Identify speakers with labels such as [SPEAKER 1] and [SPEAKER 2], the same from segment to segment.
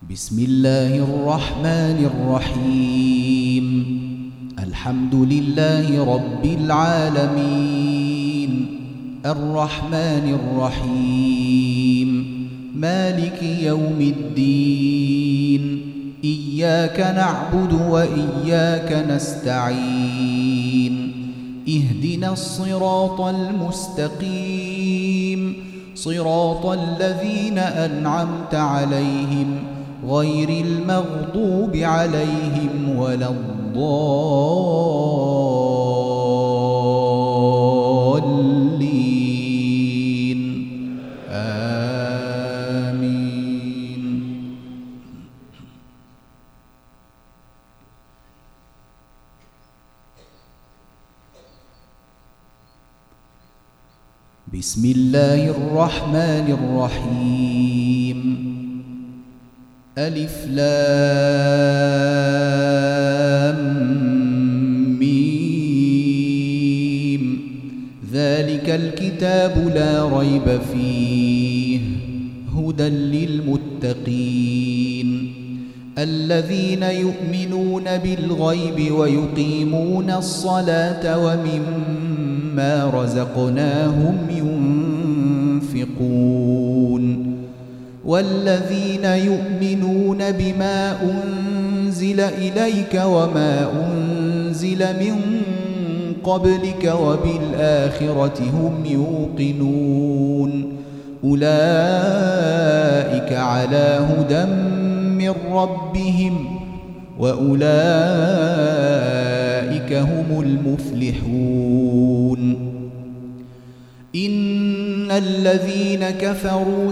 [SPEAKER 1] بسم الله الرحمن الرحيم. الحمد لله رب العالمين، الرحمن الرحيم، مالك يوم الدين. إياك نعبد وإياك نستعين. اهدنا الصراط المستقيم، صراط الذين أنعمت عليهم غير المغضوب عليهم ولا الضالين. آمين. بسم الله الرحمن الرحيم. ألف لام ميم. ذلك الكتاب لا ريب فيه هدى للمتقين الذين يؤمنون بالغيب ويقيمون الصلاة ومما رزقناهم ينفقون والذين يؤمنون بما أنزل إليك وما أنزل من قبلك وبالآخرة هم يوقنون أولئك على هدى من ربهم وأولئك هم المفلحون. إن الذين كفروا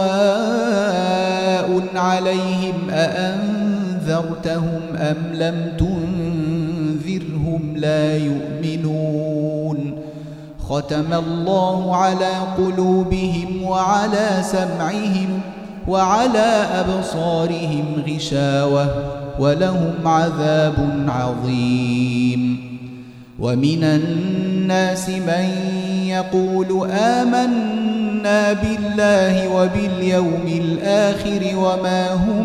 [SPEAKER 1] سواء عليهم أأنذرتهم أم لم تنذرهم لا يؤمنون. ختم الله على قلوبهم وعلى سمعهم وعلى أبصارهم غشاوة ولهم عذاب عظيم. ومن الناس من يقول آمنا بالله وباليوم الآخر وما هم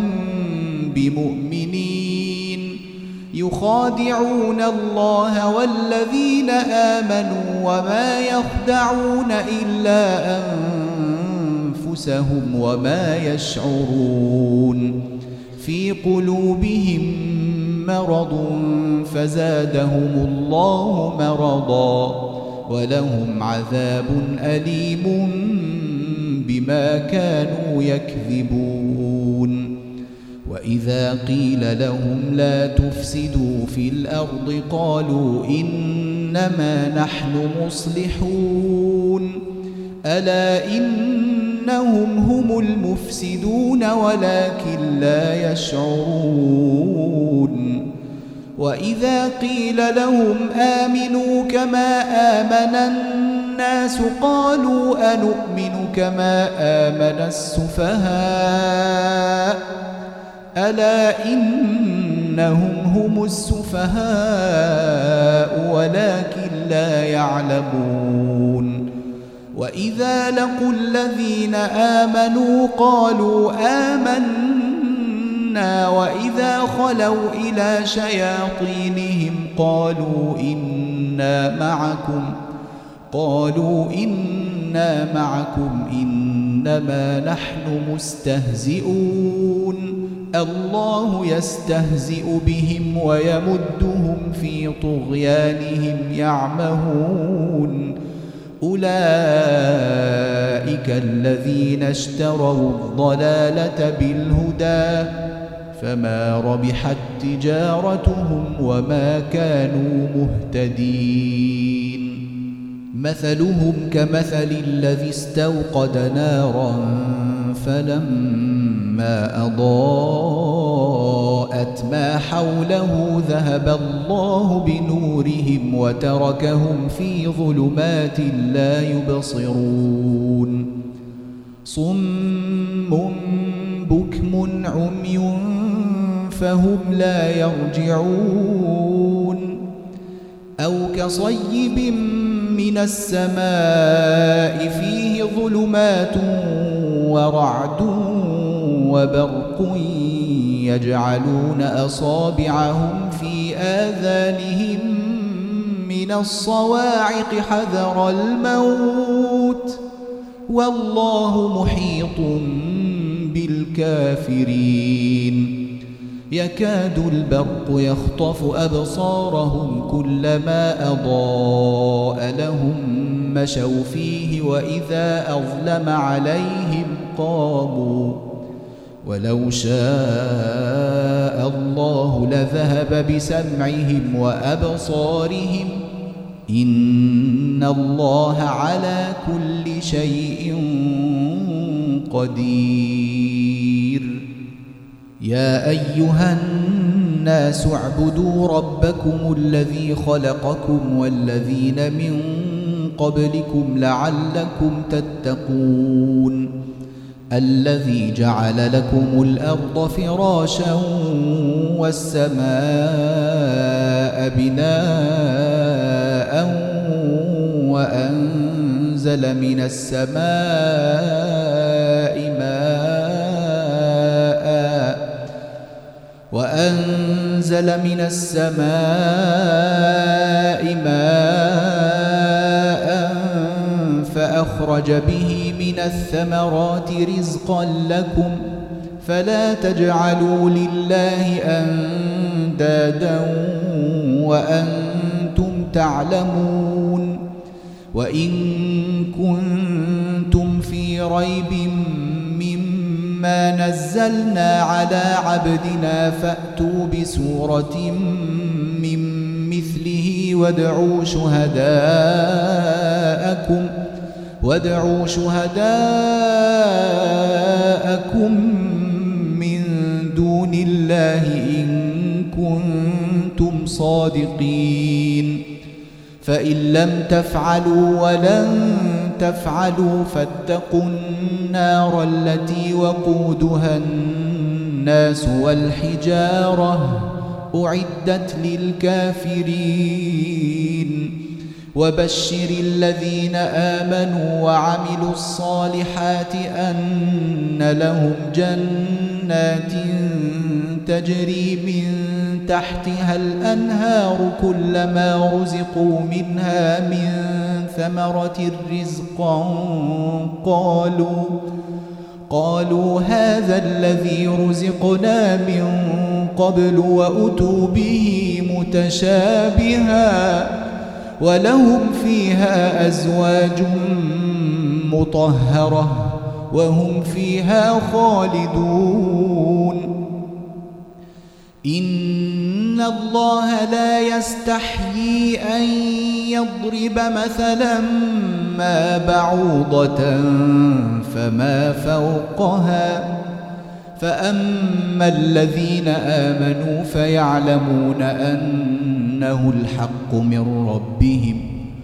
[SPEAKER 1] بمؤمنين يخادعون الله والذين آمنوا وما يخدعون إلا أنفسهم وما يشعرون. في قلوبهم مرض فزادهم الله مرضا ولهم عذاب أليم بما كانوا يكذبون. وإذا قيل لهم لا تفسدوا في الأرض قالوا إنما نحن مصلحون ألا إنهم هم المفسدون ولكن لا يشعرون. وإذا قيل لهم آمنوا كما آمن الناس قالوا أنؤمن كما آمن السفهاء ألا إنهم هم السفهاء ولكن لا يعلمون. وإذا لقوا الذين آمنوا قالوا آمنا وإذا خلوا إلى شياطينهم قالوا إنا معكم إنما نحن مستهزئون الله يستهزئ بهم ويمدهم في طغيانهم يعمهون. أولئك الذين اشتروا الضلالة بالهدى فما ربحت تجارتهم وما كانوا مهتدين. مثلهم كمثل الذي استوقد نارا فلما أضاءت ما حوله ذهب الله بنورهم وتركهم في ظلمات لا يبصرون. صم بكم عمي فهم لا يرجعون. أو كصيب من السماء فيه ظلمات ورعد وبرق يجعلون أصابعهم في آذانهم من الصواعق حذر الموت والله محيط بالكافرين يكاد البرق يخطف أبصارهم كلما أضاء لهم مشوا فيه وإذا أظلم عليهم قاموا ولو شاء الله لذهب بسمعهم وأبصارهم إن الله على كل شيء قدير يا أيها الناس اعبدوا ربكم الذي خلقكم والذين من قبلكم لعلكم تتقون الذي جعل لكم الأرض فراشا والسماء بناء وأنزل من السماء ماء فأخرج به من الثمرات رزقا لكم فلا تجعلوا لله أندادا وأنتم تعلمون وإن كنتم في ريب مما نزلنا على عبدنا فأتوا بسورة من مثله وادعوا شهداءكم من دون الله إن كنتم صادقين فإن لم تفعلوا ولن تفعلوا فاتقوا النار التي وقودها الناس والحجارة أعدت للكافرين وبشر الذين آمنوا وعملوا الصالحات أن لهم جنات تجري من تحتها الأنهار كلما رزقوا منها من ثمرة رزقا قالوا هذا الذي رزقنا من قبل وأتوا به متشابها ولهم فيها أزواج مطهرة وهم فيها خالدون إن الله لا يستحيي أن يضرب مثلا ما بعوضة فما فوقها فأما الذين آمنوا فيعلمون أنه الحق من ربهم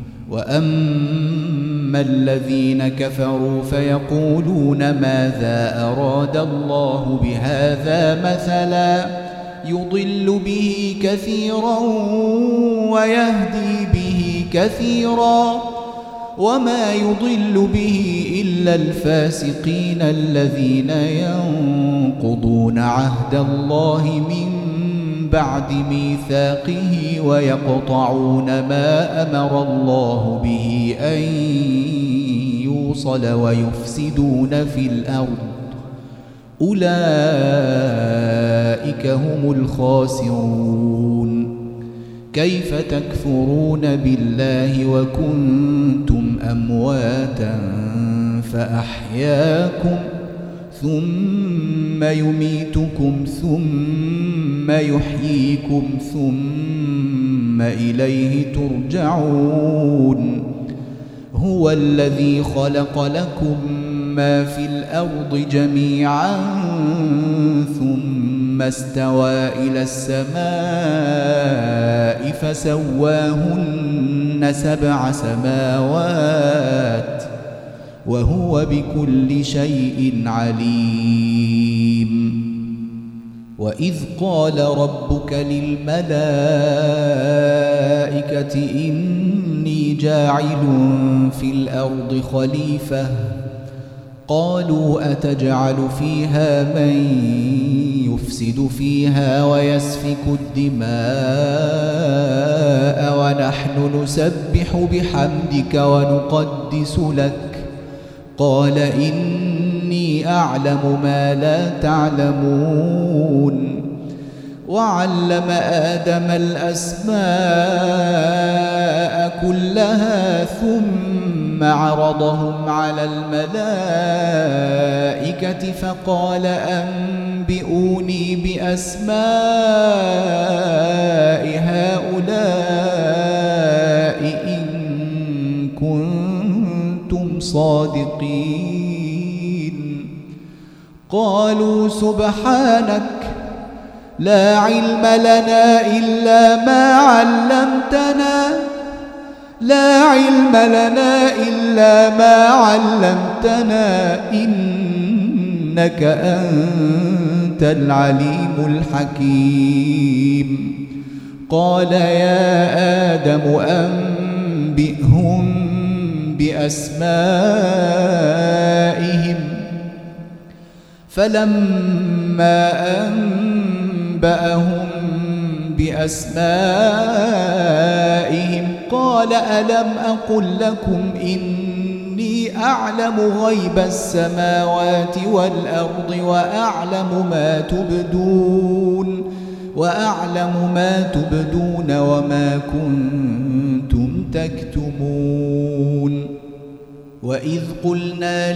[SPEAKER 1] وأما الذين كفروا فيقولون ماذا أراد الله بهذا مثلا يضل به كثيرا ويهدي به كثيرا وما يضل به إلا الفاسقين الذين ينقضون عهد الله من بعد ميثاقه ويقطعون ما أمر الله به أن يوصل ويفسدون في الأرض أولئك هم الخاسرون كيف تكفرون بالله وكنتم أمواتا فأحياكم ثم يميتكم ثم يحييكم ثم إليه ترجعون هو الذي خلق لكم ما في الأرض جميعا ثم استوى إلى السماء فسواهن 7 سماوات وهو بكل شيء عليم وإذ قال ربك للملائكة إني جاعل في الأرض خليفة قالوا أتجعل فيها من يفسد فيها ويسفك الدماء ونحن نسبح بحمدك ونقدس لك قال إني أعلم ما لا تعلمون وعلم آدم الأسماء كلها ثم عرضهم على الملائكة فقال أنبئوني بأسماء هؤلاء إن كنتم صادقين قالوا سبحانك لا علم لنا إلا ما علمتنا إنك أنت العليم الحكيم قال يا آدم أنبئهم بأسمائهم فلما أنبأهم بأسمائهم قال ألم أقل لكم إني أعلم غيب السماوات والأرض وأعلم ما تبدون وما كنتم تكتمون وإذ قلنا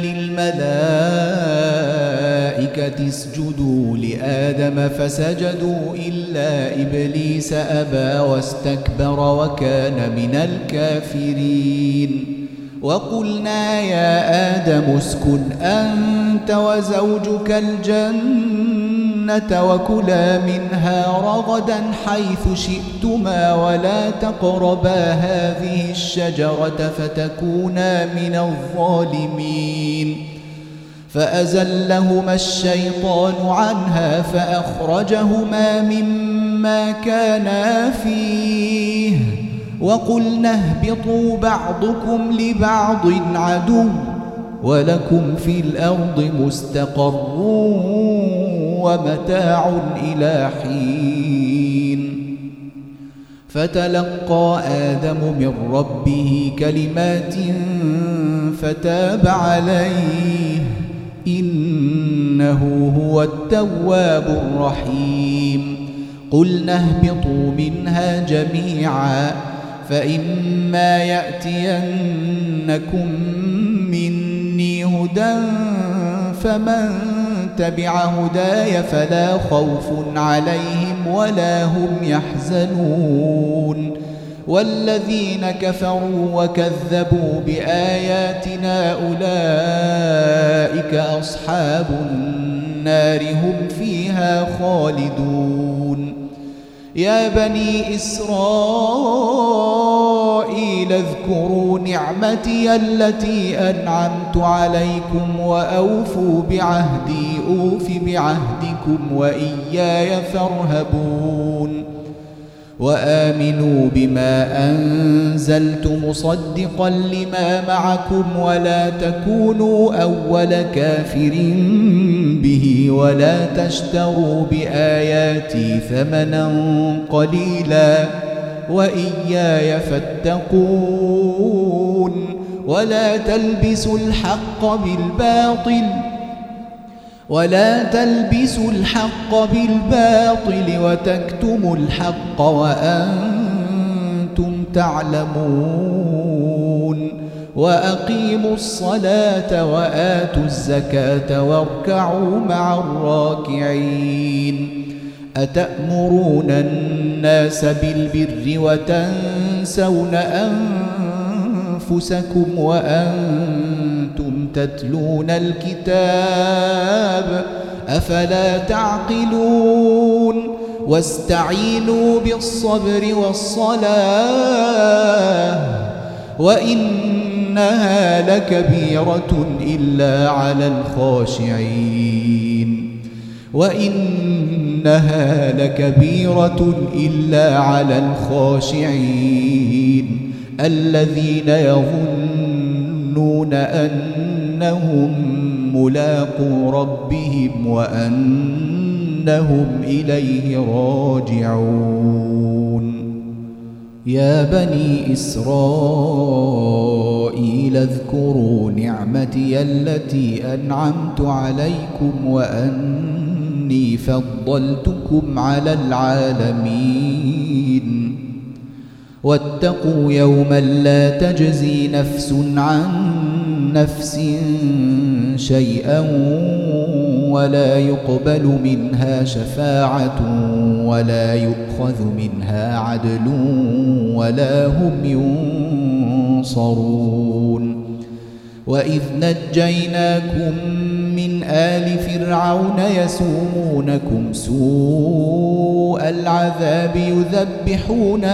[SPEAKER 1] للملائكة اسجدوا لآدم فسجدوا إلا إبليس أبى واستكبر وكان من الكافرين وقلنا يا آدم اسكن أنت وزوجك الجنة وكلا منها رغدا حيث شئتما ولا تقربا هذه الشجرة فتكونا من الظالمين فأزلهما الشيطان عنها فأخرجهما مما كانا فيه وقلنا اهبطوا بعضكم لبعض عدو ولكم في الأرض مستقر ومتاع إلى حين فتلقى آدم من ربه كلمات فتاب عليه إنه هو التواب الرحيم قلنا اهبطوا منها جميعا فإما يأتينكم مني هدى فمن تبع هداي فلا خوف عليهم ولا هم يحزنون والذين كفروا وكذبوا بآياتنا أولئك أصحاب النار هم فيها خالدون يا بني إسرائيل اذكروا نعمتي التي أنعمت عليكم وأوفوا بعهدي أوف بعهدكم وإياي فارهبون وآمنوا بما أنزلت مصدقا لما معكم ولا تكونوا أول كافر به ولا تشتروا بآياتي ثمنا قليلا وإياي فاتقون ولا تلبسوا الحق بالباطل وتكتموا الحق وأنتم تعلمون وأقيموا الصلاة وآتوا الزكاة واركعوا مع الراكعين أتأمرون الناس بالبر وتنسون أنفسكم وأنتم تتلون الكتاب أفلا تعقلون واستعينوا بالصبر والصلاة وإنها لكبيرة إلا على الخاشعين الذين يظنون أنهم أنهم ملاقو ربهم وأنهم إليه راجعون. يا بني إسرائيل اذكروا نعمتي التي أنعمت عليكم وأني فضلتكم على العالمين. واتقوا يوما لا تجزي نفس عن نفس شيئا ولا يقبل منها شفاعة ولا يؤخذ منها عدل ولا هم ينصرون. وإذ نجيناكم من آل فرعون يسومونكم سوء العذاب يذبحون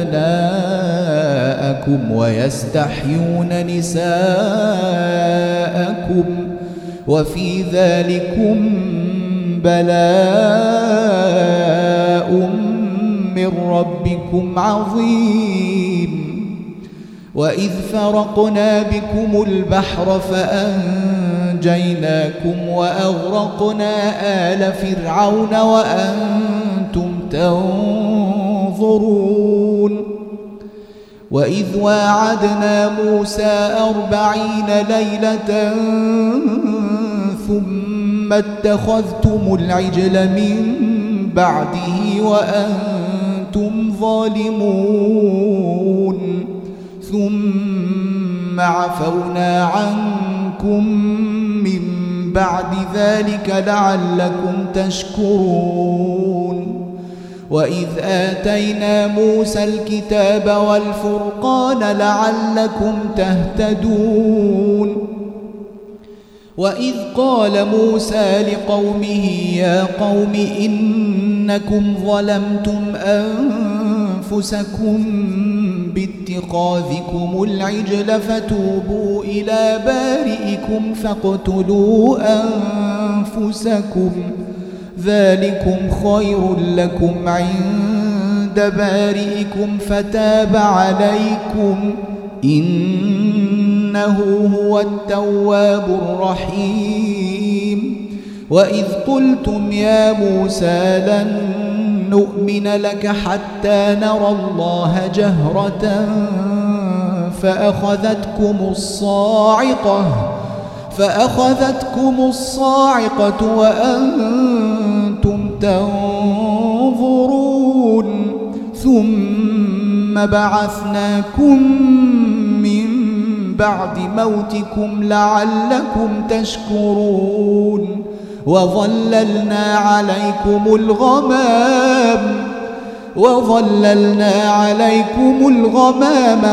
[SPEAKER 1] أبناءكم ويستحيون نساءكم وفي ذلكم بلاء من ربكم عظيم. وإذ فرقنا بكم البحر فأنجيناكم وأغرقنا آل فرعون وأنتم تنظرون. وإذ واعدنا موسى 40 ليلة ثم اتخذتم العجل من بعده وأنتم ظالمون ثم عفونا عنكم من بعد ذلك لعلكم تشكرون. وإذ آتينا موسى الكتاب والفرقان لعلكم تهتدون. وإذ قال موسى لقومه يا قوم إنكم ظلمتم أنفسكم باتخاذكم العجل فتوبوا إلى بارئكم فاقتلوا أنفسكم ذلكم خير لكم عند بارئكم فتاب عليكم إنه هو التواب الرحيم. وإذ قلتم يا موسى لن نؤمن لك حتى نرى الله جهرة فأخذتكم الصاعقة وأنتم تنظرون ثم بعثناكم من بعد موتكم لعلكم تشكرون. وظللنا عليكم الغمام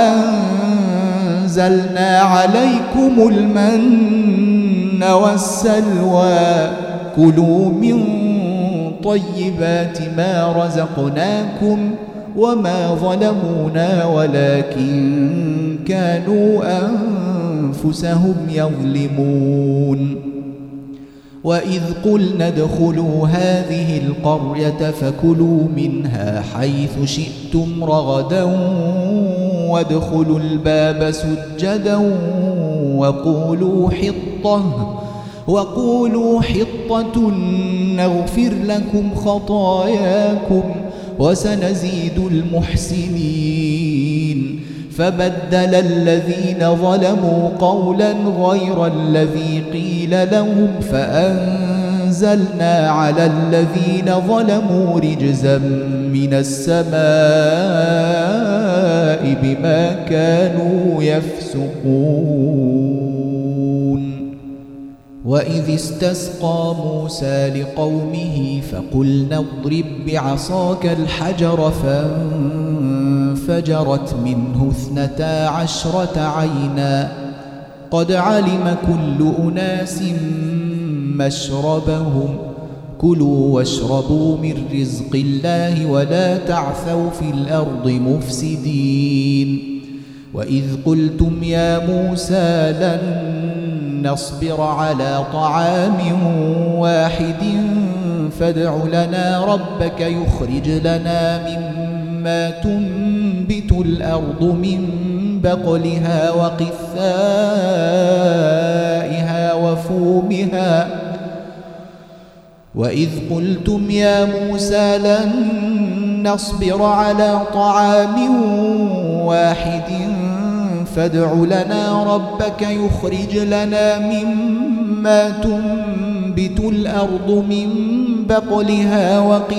[SPEAKER 1] وأنزلنا عليكم المن والسلوى كلوا من طيبات ما رزقناكم وما ظلمونا ولكن كانوا أنفسهم يظلمون. وإذ قلنا ادخلوا هذه القرية فكلوا منها حيث شئتم رغدا وادخلوا الباب سجدا وقولوا حطة نغفر لكم خطاياكم وسنزيد المحسنين. فبدل الذين ظلموا قولا غير الذي قيل لهم فأنزلنا على الذين ظلموا رجزا من السماء بما كانوا يفسقون. وإذ استسقى موسى لقومه فقلنا اضرب بعصاك الحجر فانفجرت منه 12 عينا قد علم كل أناس مشربهم كلوا واشربوا من رزق الله ولا تعثوا في الأرض مفسدين. وإذ قلتم يا موسى لن نصبر على طعام واحد فادع لنا ربك يخرج لنا مما تنبت الأرض من بقلها وقثائها وفومها وإذ قلتم يا موسى لن نصبر على طعام واحد فادع لنا ربك يخرج لنا مما تنبت الأرض من بقلها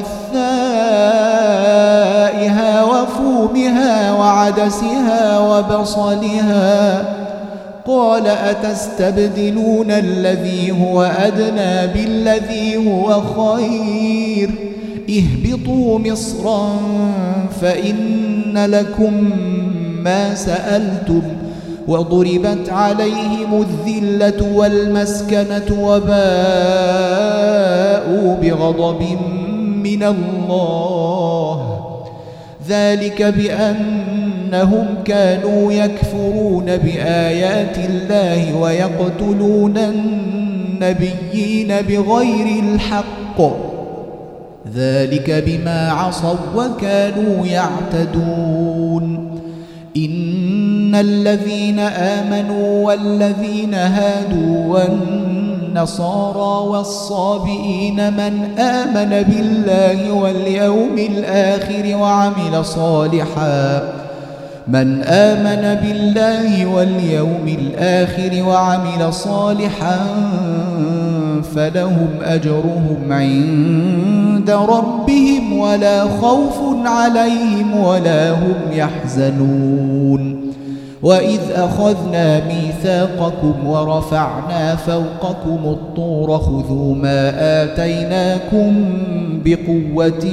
[SPEAKER 1] وقثائها وفومها وعدسها وبصلها قال أتستبدلون الذي هو أدنى بالذي هو خير اهبطوا مصرا فإن لكم ما سألتم وضربت عليهم الذلة والمسكنة وباءوا بغضب من الله ذلك بأنهم كانوا يكفرون بآيات الله ويقتلون النبيين بغير الحق ذلك بما عصوا وكانوا يعتدون إن الذين آمنوا والذين هادوا والنصارى والصابئين من آمن بالله واليوم الآخر وعمل صالحا فلهم أجرهم عند ربهم ولا خوف عليهم ولا هم يحزنون وإذ أخذنا ميثاقكم ورفعنا فوقكم الطور خذوا ما آتيناكم بقوة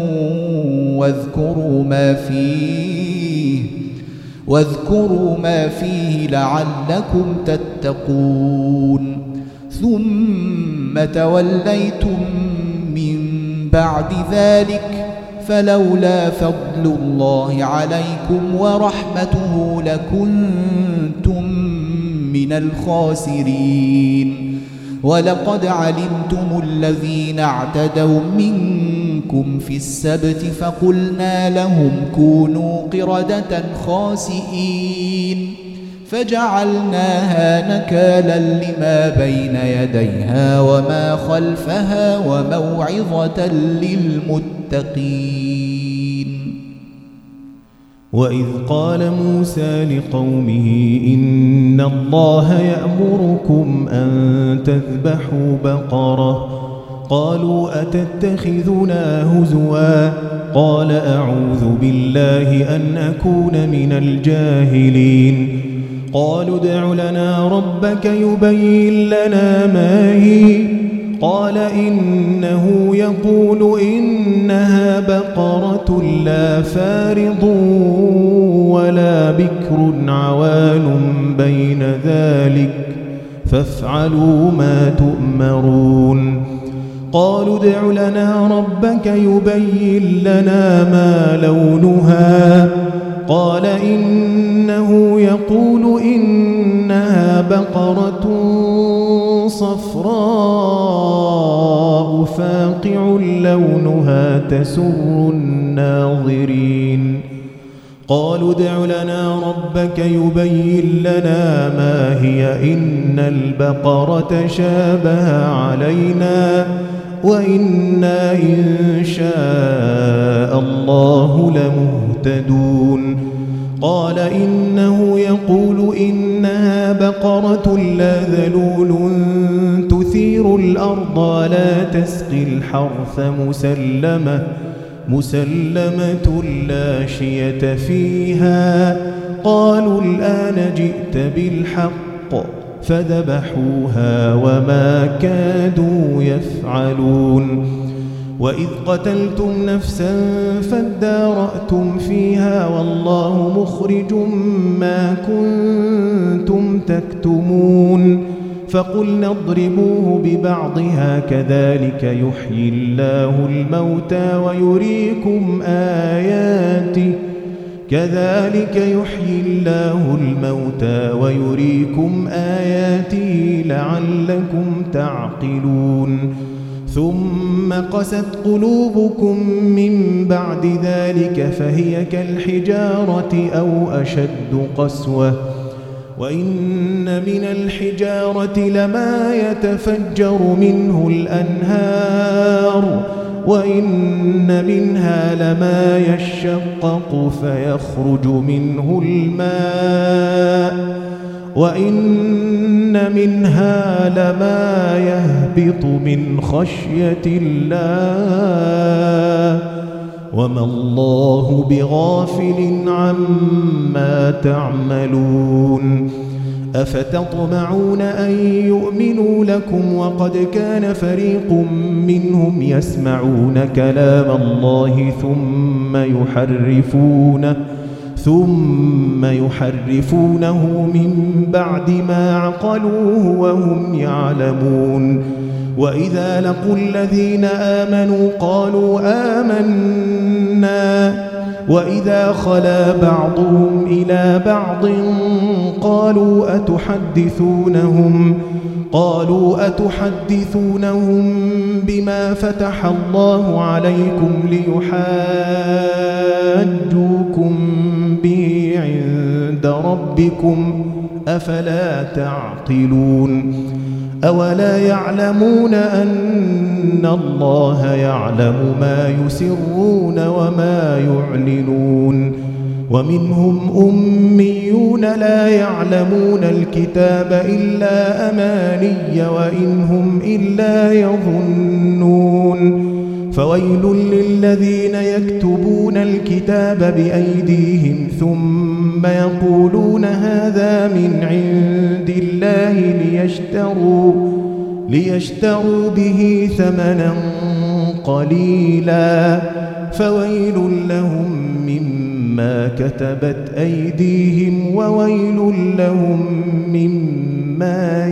[SPEAKER 1] واذكروا ما فيه لعلكم تتقون ثم توليتم من بعد ذلك فلولا فضل الله عليكم ورحمته لكنتم من الخاسرين ولقد علمتم الذين اعتدوا منكم في السبت فقلنا لهم كونوا قردة خاسئين فجعلناها نكالا لما بين يديها وما خلفها وموعظة للمتقين.
[SPEAKER 2] وإذ قال موسى لقومه إن الله يأمركم أن تذبحوا بقرة قالوا أتتخذنا هزوا قال أعوذ بالله أن أكون من الجاهلين قالوا ادع لنا ربك يبين لنا ما هي قال إنه يقول إنها بقرة لا فارض ولا بكر عوان بين ذلك فافعلوا ما تؤمرون قالوا ادع لنا ربك يبين لنا ما لونها قال إنه يقول إنها بقرة صفراء فاقع لونها تسر الناظرين قالوا ادع لنا ربك يبين لنا ما هي إن البقرة شابه علينا وإنا إن شاء الله لمهتدون قال إنه يقول إنها بقرة لا ذلول تثير الأرض ولا تسقي الحرث مسلمة لا شية فيها قالوا الآن جئت بالحق فذبحوها وما كادوا يفعلون وإذ قتلتم نفسا فادارأتم فيها والله مخرج ما كنتم تكتمون فقلنا اضربوه ببعضها كذلك يحيي الله الموتى ويريكم آياته لعلكم تعقلون ثم قست قلوبكم من بعد ذلك فهي كالحجارة أو أشد قسوة وإن من الحجارة لما يتفجر منه الأنهار وإن منها لما يشقق فيخرج منه الماء وإن منها لما يهبط من خشية الله وما الله بغافل عما تعملون أفتطمعون أن يؤمنوا لكم وقد كان فريق منهم يسمعون كلام الله ثم يحرفونه من بعد ما عقلوه وهم يعلمون وإذا لقوا الذين آمنوا قالوا آمنا وإذا خلا بعضهم إلى بعض قالوا أتحدثونهم بما فتح الله عليكم ليحاجوكم به عند ربكم أفلا تعقلون أولا يعلمون أن الله يعلم ما يسرون وما يعلنون ومنهم أميون لا يعلمون الكتاب إلا أماني وإن هم إلا يظنون فويل للذين يكتبون الكتاب بأيديهم ثم يقولون هذا من عند الله ليشتروا به ثمنا قليلا فويل لهم مما كتبت أيديهم وويل لهم مما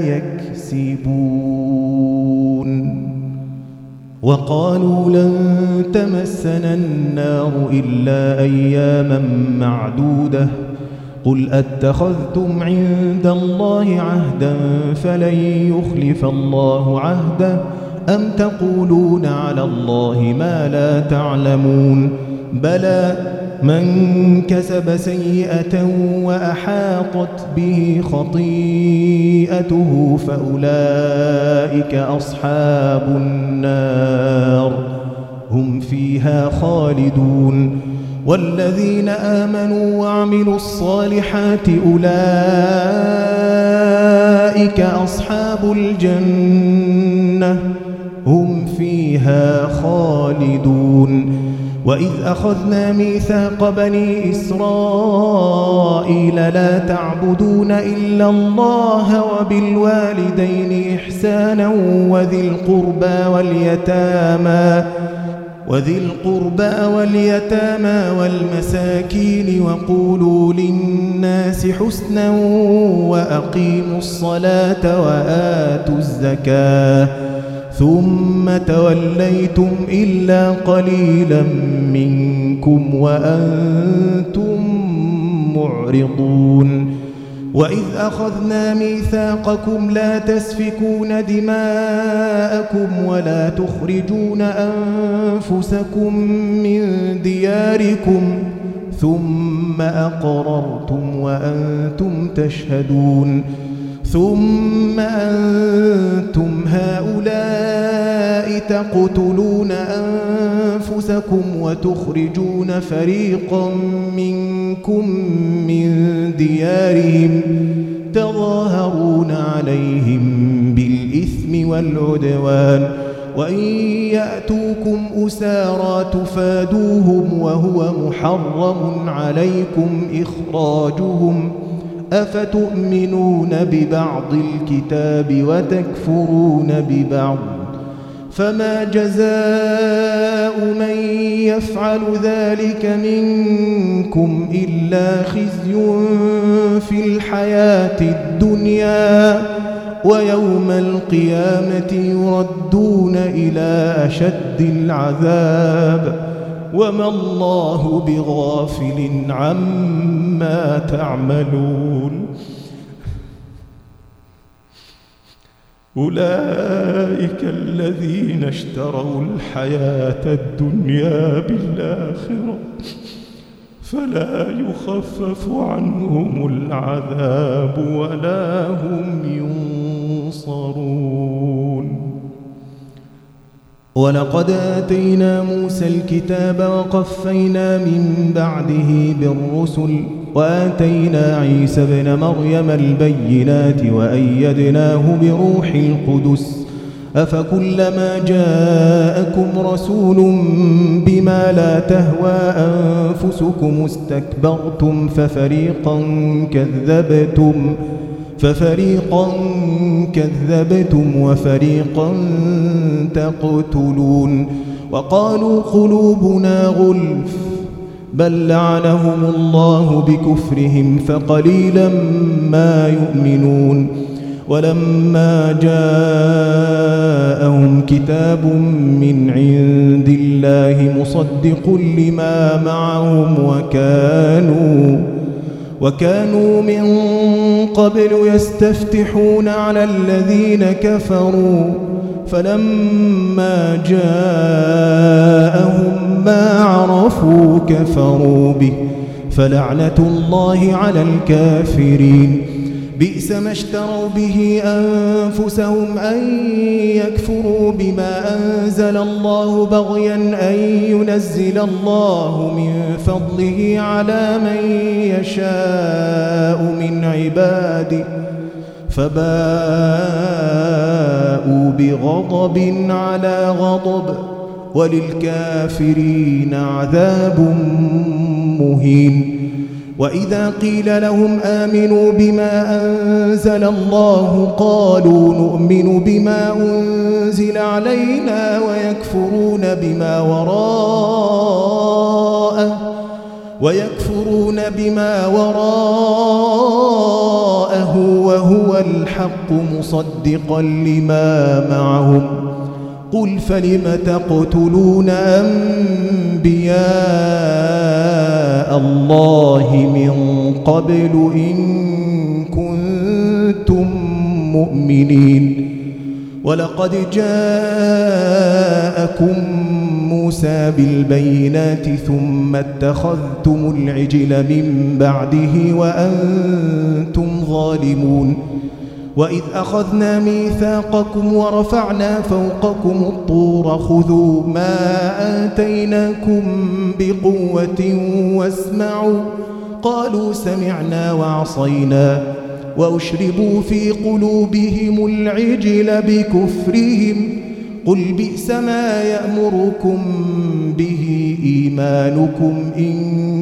[SPEAKER 2] يكسبون وقالوا لن تمسنا النار إلا أياما معدودة قل أتخذتم عند الله عهدا فلن يخلف الله عهده أم تقولون على الله ما لا تعلمون بلى من كسب سيئة وأحاطت به خطيئته فأولئك أصحاب النار هم فيها خالدون والذين آمنوا وعملوا الصالحات أولئك أصحاب الجنة هم فيها خالدون وإذ أخذنا ميثاق بني إسرائيل لا تعبدون إلا الله وبالوالدين إحسانا وذي القربى واليتامى والمساكين وقولوا للناس حسنا وأقيموا الصلاة وآتوا الزكاة ثم توليتم إلا قليلا منكم وأنتم معرضون وإذ أخذنا ميثاقكم لا تسفكون دماءكم ولا تخرجون أنفسكم من دياركم ثم أقررتم وأنتم تشهدون ثم أنتم هؤلاء تقتلون أنفسكم وتخرجون فريقا منكم من ديارهم تظاهرون عليهم بالإثم والعدوان وإن يأتوكم أسارى تفادوهم وهو محرم عليكم إخراجهم أفتؤمنون ببعض الكتاب وتكفرون ببعض فما جزاء من يفعل ذلك منكم إلا خزي في الحياة الدنيا ويوم القيامة يردون إلى أشد العذاب وما الله بغافل عما تعملون أولئك الذين اشتروا الحياة الدنيا بالآخرة فلا يخفف عنهم العذاب ولا هم ينصرون. ولقد آتينا موسى الكتاب وقفينا من بعده بالرسل وآتينا عيسى ابن مريم البينات وأيدناه بروح القدس أفكلما جاءكم رسول بما لا تهوى أنفسكم استكبرتم ففريقا كذبتم وفريقا تقتلون. وقالوا قلوبنا غلف بل لعنهم الله بكفرهم فقليلا ما يؤمنون. ولما جاءهم كتاب من عند الله مصدق لما معهم وكانوا من قبل يستفتحون على الذين كفروا فلما جاءهم ما عرفوا كفروا به فلعنة الله على الكافرين. بئس ما اشتروا به أنفسهم أن يكفروا بما أنزل الله بغيا أن ينزل الله من فضله على من يشاء من عباده فباءوا بغضب على غضب وللكافرين عذاب مهين. وإذا قيل لهم آمنوا بما أنزل الله قالوا نؤمن بما أنزل علينا ويكفرون بما وراءه وهو الحق مصدقا لما معهم. قل فلم تقتلون أنبياء الله من قبل إن كنتم مؤمنين. ولقد جاءكم موسى بالبينات ثم اتخذتم العجل من بعده وأنتم ظالمون. وإذ أخذنا ميثاقكم ورفعنا فوقكم الطور خذوا ما آتيناكم بقوة واسمعوا قالوا سمعنا وعصينا وأشربوا في قلوبهم العجل بكفرهم قل بئس ما يأمركم به إيمانكم إن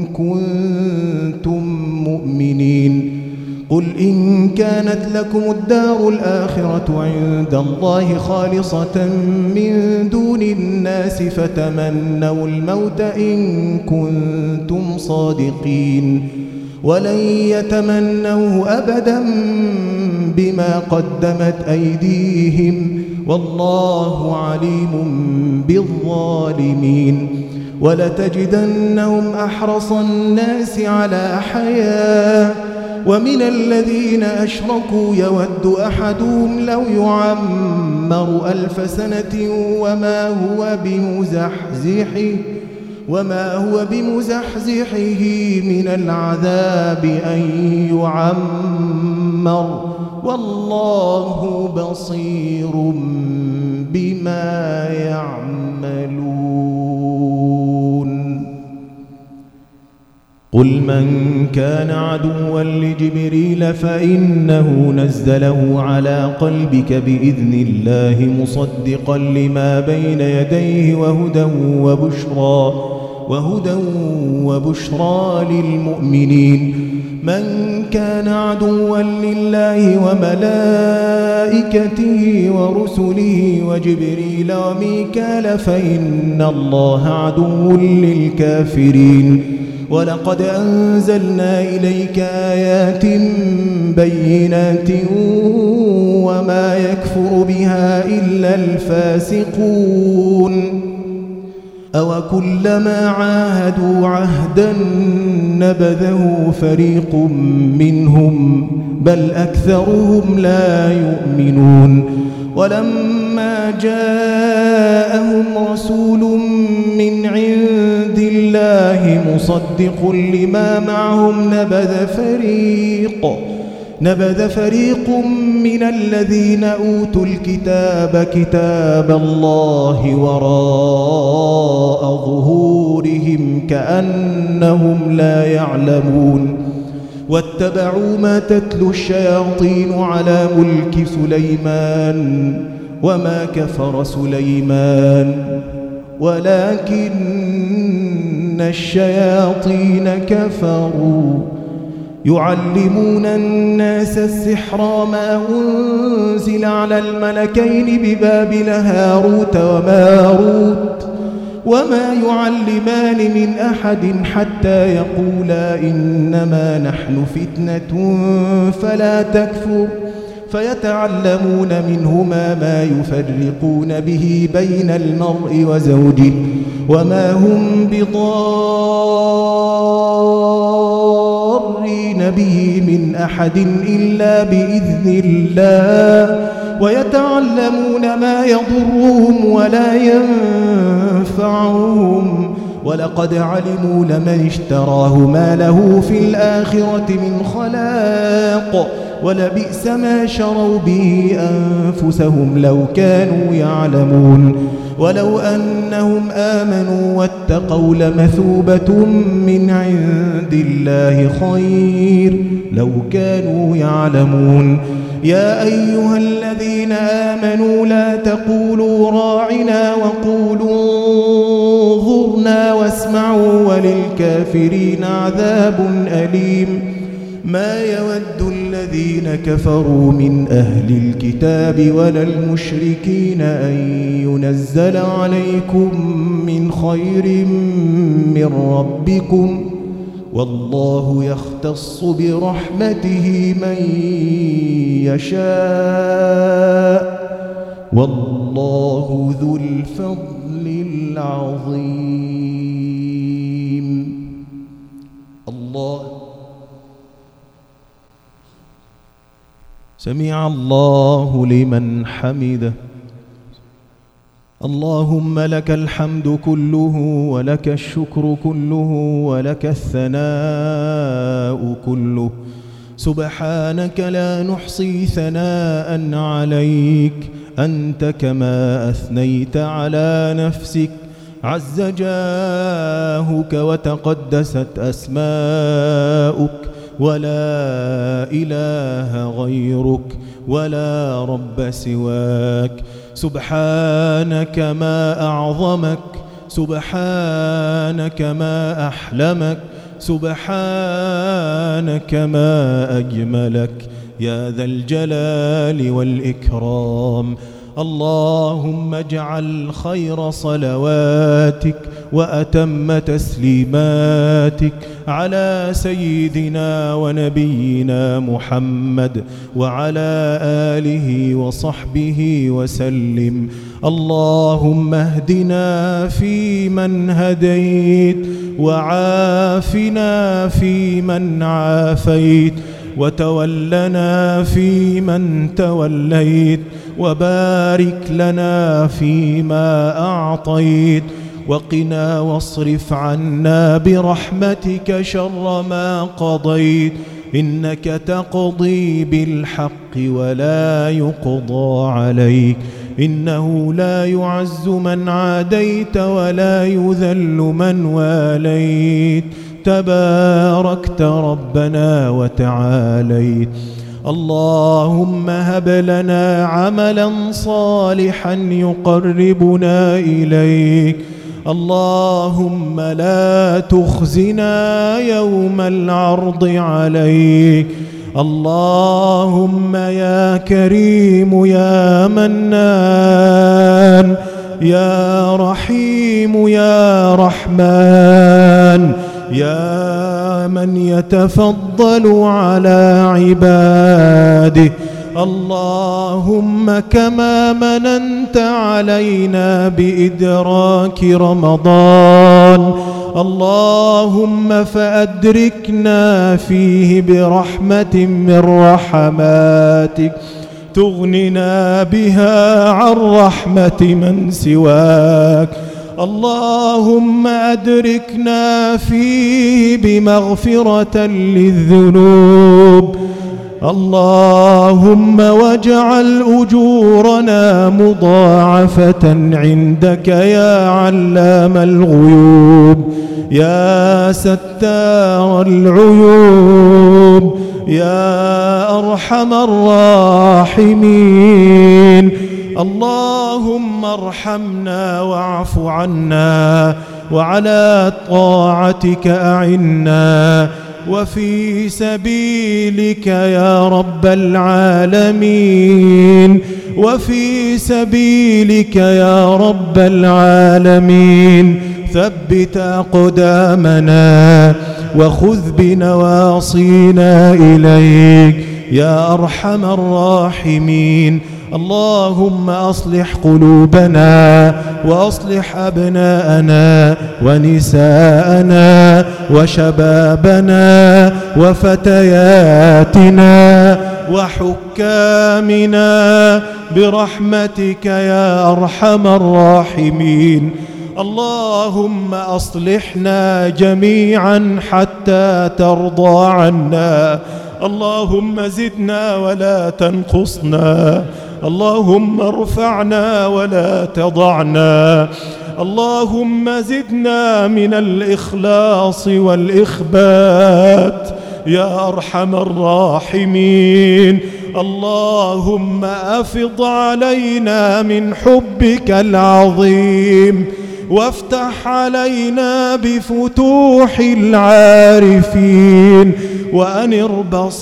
[SPEAKER 2] كنتم مؤمنين. قل إن كانت لكم الدار الآخرة عند الله خالصة من دون الناس فتمنوا الموت إن كنتم صادقين ولن يتمنوه أبدا بما قدمت أيديهم والله عليم بالظالمين. ولتجدنهم أحرص الناس على حياة ومن الذين أشركوا يود أحدهم لو يعمر 1000 سنة وما هو بمزحزحه من العذاب أن يعمر والله بصير بما يعملون. قل من كان عدوا لجبريل فإنه نزله على قلبك بإذن الله مصدقا لما بين يديه وهدى وبشرى للمؤمنين. من كان عدوا لله وملائكته ورسله وجبريل وميكال فإن الله عدو للكافرين. ولقد أنزلنا إليك آيات بينات وما يكفر بها إلا الفاسقون. أوكلما عاهدوا عهدا نبذه فريق منهم بل أكثرهم لا يؤمنون. ولما جاءهم رسول من عند الله مصدق لما معهم نبذ فريق من الذين أوتوا الكتاب كتاب الله وراء ظهورهم كأنهم لا يعلمون واتبعوا ما تتلو الشياطين على ملك سليمان وما كفر سليمان ولكن الشياطين كفروا يعلمون الناس السحر ما أنزل على الملكين ببابل هاروت وماروت وما يعلمان من أحد حتى يقولا إنما نحن فتنة فلا تكفر فيتعلمون منهما ما يفرقون به بين المرء وزوجه وما هم بضارين به من أحد إلا بإذن الله ويتعلمون ما يضرهم ولا ينفعهم ولقد علموا لمن اشتراه ما له في الآخرة من خلاق ولبئس ما شروا به أنفسهم لو كانوا يعلمون ولو أنهم آمنوا واتقوا لمثوبة من عند الله خير لو كانوا يعلمون يا أيها الذين آمنوا لا تقولوا راعنا وقولوا انظرنا واسمعوا وللكافرين عذاب أليم ما يود الذين كفروا من أهل الكتاب ولا المشركين أن ينزل عليكم من خير من ربكم والله يختص برحمته من يشاء والله ذو الفضل العظيم. الله سمع الله لمن حمده. اللهم لك الحمد كله ولك الشكر كله ولك الثناء كله سبحانك لا نحصي ثناء عليك أنت كما أثنيت على نفسك عز جاهك وتقدست أسماؤك ولا إله غيرك ولا رب سواك سبحانك ما أعظمك سبحانك ما أحلمك سبحانك ما أجملك يا ذا الجلال والإكرام. اللهم اجعل خير صلواتك وأتم تسليماتك على سيدنا ونبينا محمد وعلى آله وصحبه وسلم. اللهم اهدنا فيمن هديت وعافنا فيمن عافيت وتولنا فيمن توليت وبارك لنا فيما أعطيت وقنا واصرف عنا برحمتك شر ما قضيت إنك تقضي بالحق ولا يقضى عليك إنه لا يعز من عاديت ولا يذل من واليت تباركت ربنا وتعاليت. اللهم هب لنا عملا صالحا يقربنا إليك. اللهم لا تخزنا يوم العرض عليك. اللهم يا كريم يا منان يا رحيم يا رحمن يا من يتفضل على عباده. اللهم كما مننت علينا بإدراك رمضان اللهم فأدركنا فيه برحمة من رحماتك تغننا بها عن رحمة من سواك. اللهم أدركنا فيه بمغفرة للذنوب. اللهم واجعل أجورنا مضاعفة عندك يا علام الغيوب، يا ستار العيوب، يا أرحم الراحمين. اللهم ارحمنا واعف عنا، وعلى طاعتك أعنا، وفي سبيلك يا رب العالمين، وفي سبيلك يا رب العالمين. ثبت أقدامنا وخذ بنواصينا إليك يا أرحم الراحمين. اللهم أصلح قلوبنا وأصلح أبناءنا ونساءنا وشبابنا وفتياتنا وحكامنا برحمتك يا أرحم الراحمين. اللهم أصلحنا جميعا حتى ترضى عنا. اللهم زدنا ولا تنقصنا، اللهم ارفعنا ولا تضعنا، اللهم زدنا من الإخلاص والإخبات يا أرحم الراحمين. اللهم أفض علينا من حبك العظيم، وافتح علينا بفتوح العارفين، وأنر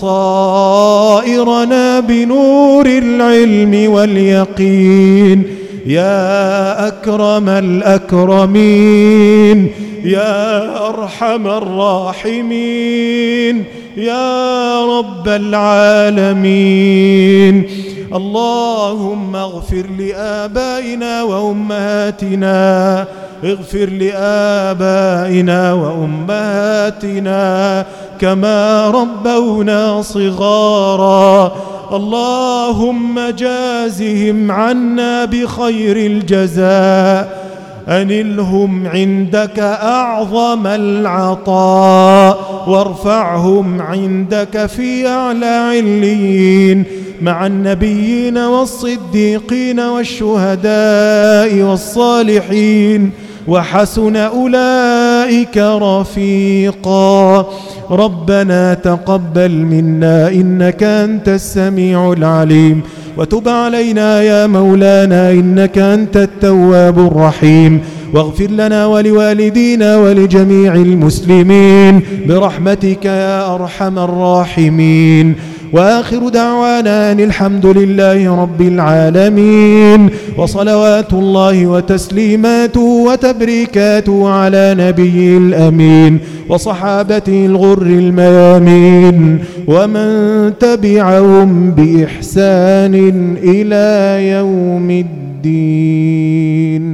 [SPEAKER 2] بصائرنا بنور العلم واليقين يا أكرم الأكرمين، يا أرحم الراحمين، يا رب العالمين. اللهم اغفر لآبائنا وأمهاتنا، اغفر لآبائنا وأمهاتنا كما ربونا صغارا. اللهم جازهم عنا بخير الجزاء، أنلهم عندك أعظم العطاء، وارفعهم عندك في أعلى عليين مع النبيين والصديقين والشهداء والصالحين، وحسن أولئك رفيقا. ربنا تقبل منا إنك أنت السميع العليم، وتب علينا يا مولانا إنك أنت التواب الرحيم، واغفر لنا ولوالدينا ولجميع المسلمين برحمتك يا أرحم الراحمين. وآخر دعوانا أن الحمد لله رب العالمين، وصلوات الله وتسليماته وتبريكاته على نبي الأمين وصحابته الغر الميامين ومن تبعهم بإحسان إلى يوم الدين.